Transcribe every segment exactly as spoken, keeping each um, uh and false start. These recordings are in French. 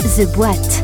The Boîte.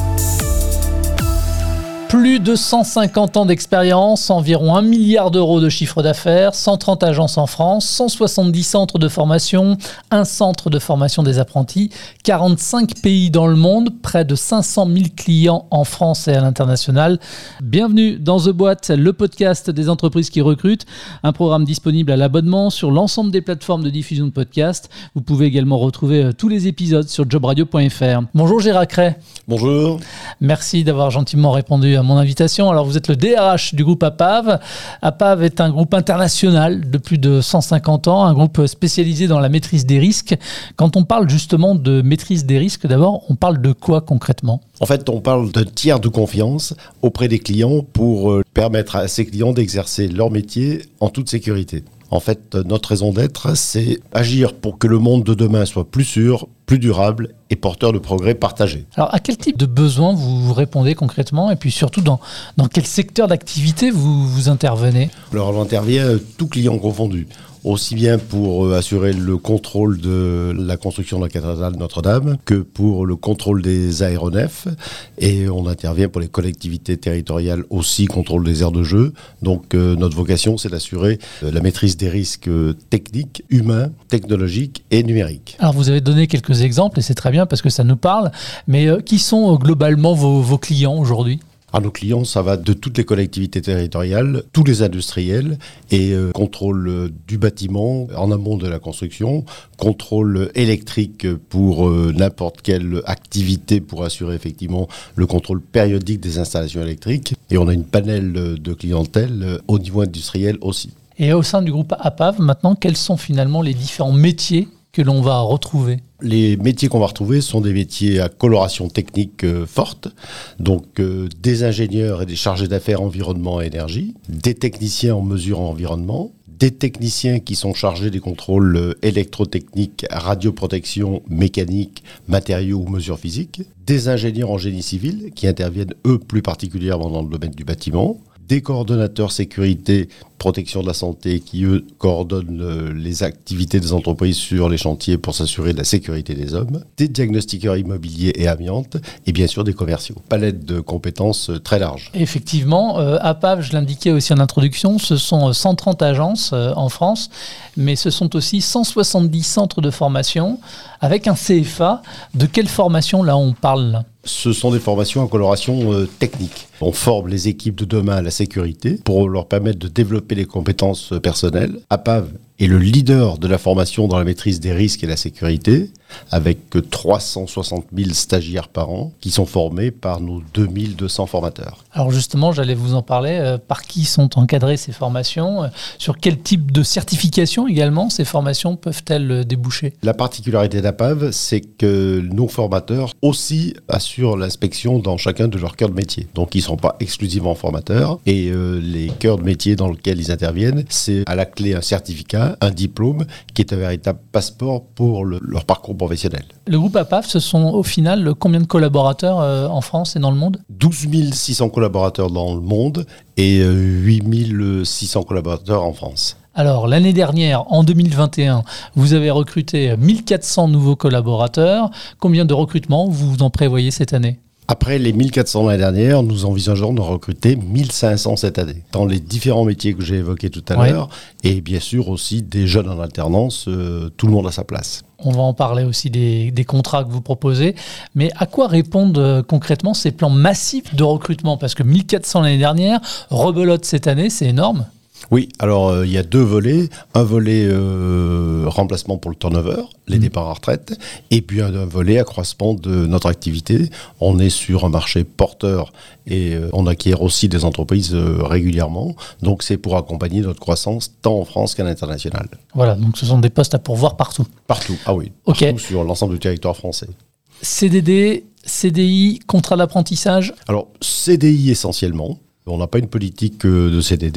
Plus de cent cinquante ans d'expérience, environ un milliard d'euros de chiffre d'affaires, cent trente agences en France, cent soixante-dix centres de formation, un centre de formation des apprentis, quarante-cinq pays dans le monde, près de cinq cent mille clients en France et à l'international. Bienvenue dans The Boîte, le podcast des entreprises qui recrutent, un programme disponible à l'abonnement sur l'ensemble des plateformes de diffusion de podcasts. Vous pouvez également retrouver tous les épisodes sur job radio point f r. Bonjour Gérard Cray. Bonjour. Merci d'avoir gentiment répondu à mon invitation. Alors vous êtes le D R H du groupe APAV. APAV est un groupe international de plus de cent cinquante ans, un groupe spécialisé dans la maîtrise des risques. Quand on parle justement de maîtrise des risques, d'abord, on parle de quoi concrètement ? En fait, on parle d'un tiers de confiance auprès des clients pour permettre à ces clients d'exercer leur métier en toute sécurité. En fait, notre raison d'être, c'est agir pour que le monde de demain soit plus sûr, plus durable et porteur de progrès partagés. Alors, à quel type de besoins vous répondez concrètement et puis surtout, dans, dans quel secteur d'activité vous, vous intervenez ? Alors, on intervient tout client confondu, aussi bien pour assurer le contrôle de la construction de la cathédrale Notre-Dame que pour le contrôle des aéronefs. Et on intervient pour les collectivités territoriales aussi, contrôle des aires de jeu. Donc, euh, notre vocation, c'est d'assurer euh, la maîtrise des risques techniques, humains, technologiques et numériques. Alors, vous avez donné quelques exemples et c'est très bien parce que ça nous parle. Mais euh, qui sont euh, globalement vos, vos clients aujourd'hui ? À nos clients, ça va de toutes les collectivités territoriales, tous les industriels et euh, contrôle euh, du bâtiment en amont de la construction, contrôle électrique pour euh, n'importe quelle activité pour assurer effectivement le contrôle périodique des installations électriques. Et on a une panel de clientèle euh, au niveau industriel aussi. Et au sein du groupe APAV, maintenant, quels sont finalement les différents métiers que l'on va retrouver ? Les métiers qu'on va retrouver sont des métiers à coloration technique euh, forte, donc euh, des ingénieurs et des chargés d'affaires environnement et énergie, des techniciens en mesure environnement, des techniciens qui sont chargés des contrôles euh, électrotechniques, radioprotection, mécanique, matériaux ou mesures physiques, des ingénieurs en génie civil qui interviennent eux plus particulièrement dans le domaine du bâtiment, des coordonnateurs sécurité, protection de la santé qui, eux, coordonnent euh, les activités des entreprises sur les chantiers pour s'assurer de la sécurité des hommes, des diagnostiqueurs immobiliers et amiantes, et bien sûr des commerciaux. Palette de compétences euh, très large. Effectivement, euh, APAV, je l'indiquais aussi en introduction, ce sont cent trente agences euh, en France, mais ce sont aussi cent soixante-dix centres de formation, avec un C F A. De quelle formation, là, on parle là ? Ce sont des formations en coloration euh, technique. On forme les équipes de demain à la sécurité pour leur permettre de développer les compétences personnelles. APAV est le leader de la formation dans la maîtrise des risques et la sécurité, avec trois cent soixante mille stagiaires par an qui sont formés par nos deux mille deux cents formateurs. Alors justement, j'allais vous en parler. Euh, par qui sont encadrées ces formations ? euh, Sur quel type de certification également ces formations peuvent-elles euh, déboucher ? La particularité d'APAV, c'est que nos formateurs aussi assurent l'inspection dans chacun de leurs cœurs de métier. Donc ils ne sont pas exclusivement formateurs. Et euh, les cœurs de métier dans lesquels ils interviennent, c'est à la clé un certificat, un diplôme, qui est un véritable passeport pour le, leur parcours professionnel. Le groupe APAV, ce sont au final combien de collaborateurs euh, en France et dans le monde ? douze mille six cents collaborateurs dans le monde et euh, huit mille six cents collaborateurs en France. Alors, l'année dernière, en deux mille vingt et un, vous avez recruté mille quatre cents nouveaux collaborateurs. Combien de recrutements vous en prévoyez cette année ? Après les mille quatre cents l'année dernière, nous envisageons de recruter mille cinq cents cette année, dans les différents métiers que j'ai évoqués tout à ouais. l'heure, et bien sûr aussi des jeunes en alternance, euh, tout le monde à sa place. On va en parler aussi des, des contrats que vous proposez, mais à quoi répondent euh, concrètement ces plans massifs de recrutement ? Parce que mille quatre cents l'année dernière, rebelote cette année, c'est énorme. Oui, alors euh, il y a deux volets. Un volet euh, remplacement pour le turnover, les mmh. départs à retraite, et puis un, un volet accroissement de notre activité. On est sur un marché porteur et euh, on acquiert aussi des entreprises euh, régulièrement. Donc c'est pour accompagner notre croissance tant en France qu'à l'international. Voilà, donc ce sont des postes à pourvoir partout. Partout, ah oui, okay. Partout sur l'ensemble du territoire français. C D D, C D I, contrat d'apprentissage ? Alors C D I essentiellement. On n'a pas une politique de C D D.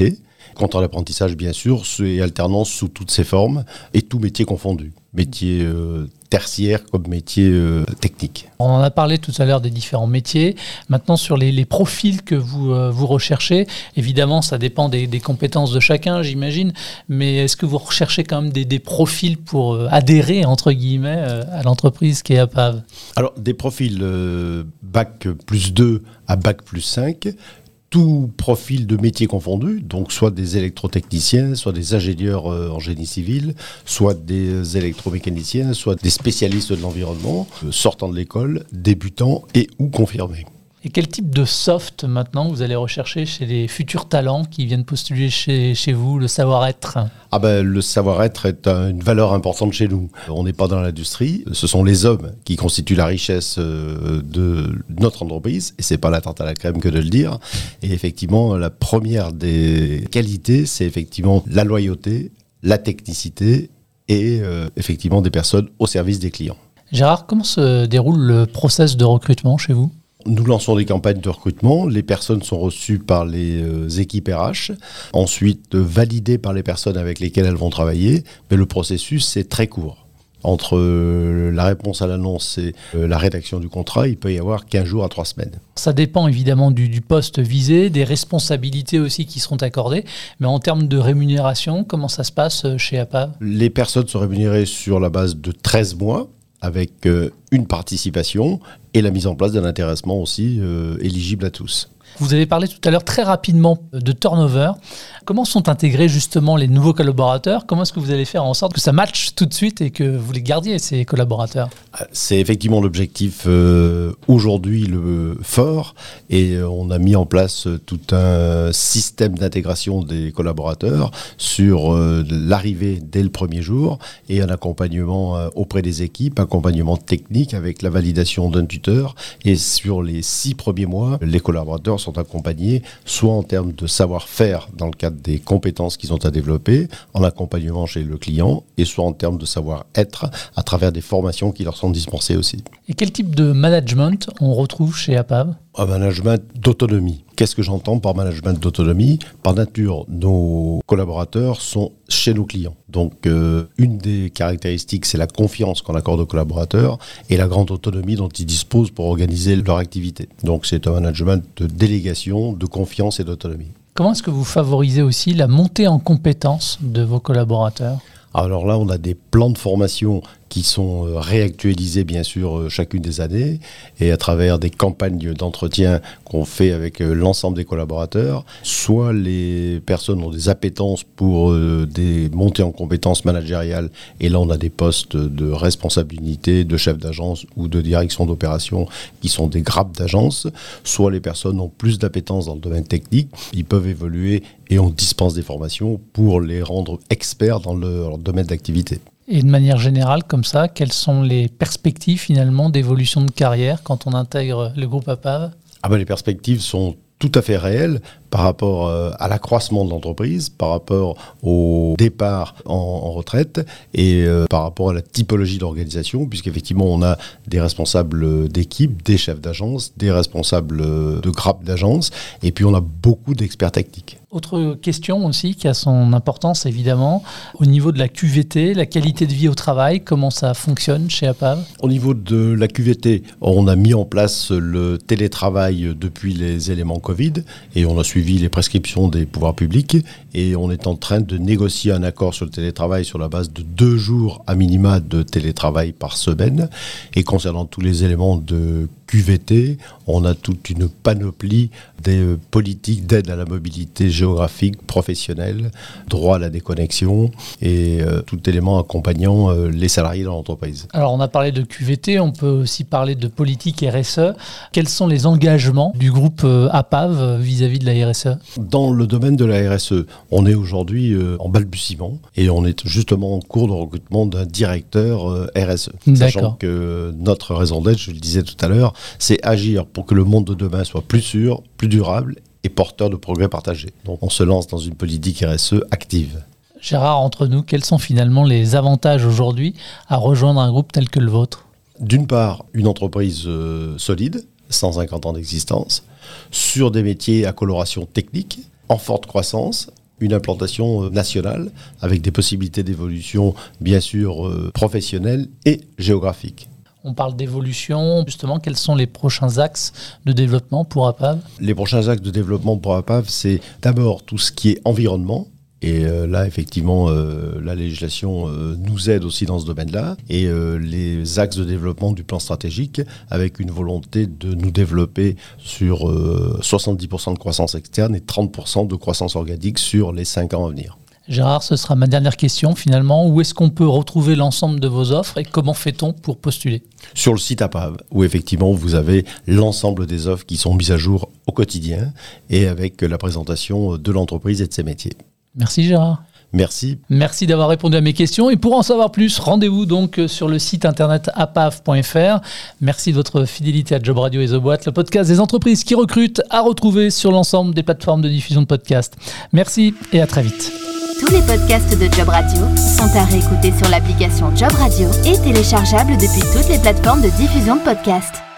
Contrat d'apprentissage, bien sûr, et alternance sous toutes ses formes, et tout métier confondu. Métier euh, tertiaire comme métier euh, technique. On en a parlé tout à l'heure des différents métiers. Maintenant, sur les, les profils que vous, euh, vous recherchez, évidemment, ça dépend des, des compétences de chacun, j'imagine, mais est-ce que vous recherchez quand même des, des profils pour euh, adhérer, entre guillemets, euh, à l'entreprise qui est Apave ? Alors, des profils euh, bac plus deux à bac plus cinq, tout profil de métier confondu, donc soit des électrotechniciens, soit des ingénieurs euh, en génie civil, soit des électromécaniciens, soit des spécialistes de l'environnement, euh, sortant de l'école, débutants et ou confirmés. Et quel type de soft, maintenant, vous allez rechercher chez les futurs talents qui viennent postuler chez, chez vous, le savoir-être ? Ah ben, le savoir-être est un, une valeur importante chez nous. On n'est pas dans l'industrie, ce sont les hommes qui constituent la richesse euh, de notre entreprise, et c'est pas la tarte à la crème que de le dire. Et effectivement, la première des qualités, c'est effectivement la loyauté, la technicité et euh, effectivement des personnes au service des clients. Gérard, comment se déroule le process de recrutement chez vous ? Nous lançons des campagnes de recrutement. Les personnes sont reçues par les euh, équipes R H, ensuite euh, validées par les personnes avec lesquelles elles vont travailler. Mais le processus, c'est très court. Entre euh, la réponse à l'annonce et euh, la rédaction du contrat, il peut y avoir quinze jours à trois semaines. Ça dépend évidemment du, du poste visé, des responsabilités aussi qui seront accordées. Mais en termes de rémunération, comment ça se passe chez Apave ? Les personnes sont rémunérées sur la base de treize mois, avec euh, une participation et la mise en place d'un intéressement aussi euh, éligible à tous. Vous avez parlé tout à l'heure très rapidement de turnover. Comment sont intégrés justement les nouveaux collaborateurs ? Comment est-ce que vous allez faire en sorte que ça matche tout de suite et que vous les gardiez, ces collaborateurs ? C'est effectivement l'objectif euh, aujourd'hui le fort, et euh, on a mis en place tout un système d'intégration des collaborateurs sur euh, l'arrivée dès le premier jour et un accompagnement euh, auprès des équipes, accompagnement technique avec la validation d'un tuteur, et sur les six premiers mois, les collaborateurs sont accompagnés soit en termes de savoir-faire dans le cadre des compétences qu'ils ont à développer, en accompagnement chez le client, et soit en termes de savoir-être à travers des formations qui leur sont dispensées aussi. Et quel type de management on retrouve chez Apave ? Un management d'autonomie. Qu'est-ce que j'entends par management d'autonomie ? Par nature, nos collaborateurs sont chez nos clients. Donc, euh, une des caractéristiques, c'est la confiance qu'on accorde aux collaborateurs et la grande autonomie dont ils disposent pour organiser leur activité. Donc, c'est un management de délégation, de confiance et d'autonomie. Comment est-ce que vous favorisez aussi la montée en compétences de vos collaborateurs ? Alors là, on a des plans de formation qui sont réactualisés, bien sûr, chacune des années, et à travers des campagnes d'entretien qu'on fait avec l'ensemble des collaborateurs. Soit les personnes ont des appétences pour des montées en compétences managériales, et là, on a des postes de responsable d'unité, de chef d'agence ou de direction d'opération qui sont des grappes d'agence. Soit les personnes ont plus d'appétence dans le domaine technique, ils peuvent évoluer et on dispense des formations pour les rendre experts dans leur domaine d'activité. Et de manière générale, comme ça, quelles sont les perspectives finalement d'évolution de carrière quand on intègre le groupe Apave ? Ah ben, les perspectives sont tout à fait réelles par rapport à l'accroissement de l'entreprise, par rapport au départ en, en retraite et euh, par rapport à la typologie d'organisation, puisqu'effectivement on a des responsables d'équipe, des chefs d'agence, des responsables de grappes d'agence, et puis on a beaucoup d'experts techniques. Autre question aussi qui a son importance évidemment, au niveau de la Q V T, la qualité de vie au travail, comment ça fonctionne chez Apave ? Au niveau de la Q V T, on a mis en place le télétravail depuis les éléments Covid et on a suivi les prescriptions des pouvoirs publics et on est en train de négocier un accord sur le télétravail sur la base de deux jours à minima de télétravail par semaine. Et concernant tous les éléments de Q V T, on a toute une panoplie des politiques d'aide à la mobilité géographique, professionnelle, droit à la déconnexion et euh, tout élément accompagnant euh, les salariés dans l'entreprise. Alors on a parlé de Q V T, on peut aussi parler de politique R S E. Quels sont les engagements du groupe euh, Apave vis-à-vis de la R S E ? Dans le domaine de la R S E, on est aujourd'hui euh, en balbutiement et on est justement en cours de recrutement d'un directeur euh, R S E. D'accord. Sachant que notre raison d'être, je le disais tout à l'heure, c'est agir pour que le monde de demain soit plus sûr, plus durable et porteur de progrès partagés. Donc on se lance dans une politique R S E active. Gérard, entre nous, quels sont finalement les avantages aujourd'hui à rejoindre un groupe tel que le vôtre ? D'une part, une entreprise euh, solide, cent cinquante ans d'existence, sur des métiers à coloration technique, en forte croissance, une implantation nationale avec des possibilités d'évolution, bien sûr, euh, professionnelles et géographiques. On parle d'évolution, justement, quels sont les prochains axes de développement pour APAV ? Les prochains axes de développement pour APAV, c'est d'abord tout ce qui est environnement. Et euh, là, effectivement, euh, la législation euh, nous aide aussi dans ce domaine-là. Et euh, les axes de développement du plan stratégique, avec une volonté de nous développer sur euh, soixante-dix pour cent de croissance externe et trente pour cent de croissance organique sur les cinq ans à venir. Gérard, ce sera ma dernière question finalement. Où est-ce qu'on peut retrouver l'ensemble de vos offres et comment fait-on pour postuler ? Sur le site APAV, où effectivement vous avez l'ensemble des offres qui sont mises à jour au quotidien et avec la présentation de l'entreprise et de ses métiers. Merci Gérard. Merci. Merci d'avoir répondu à mes questions. Et pour en savoir plus, rendez-vous donc sur le site internet apav point f r. Merci de votre fidélité à Job Radio et The Boîte, le podcast des entreprises qui recrutent, à retrouver sur l'ensemble des plateformes de diffusion de podcasts. Merci et à très vite. Tous les podcasts de Job Radio sont à réécouter sur l'application Job Radio et téléchargeables depuis toutes les plateformes de diffusion de podcasts.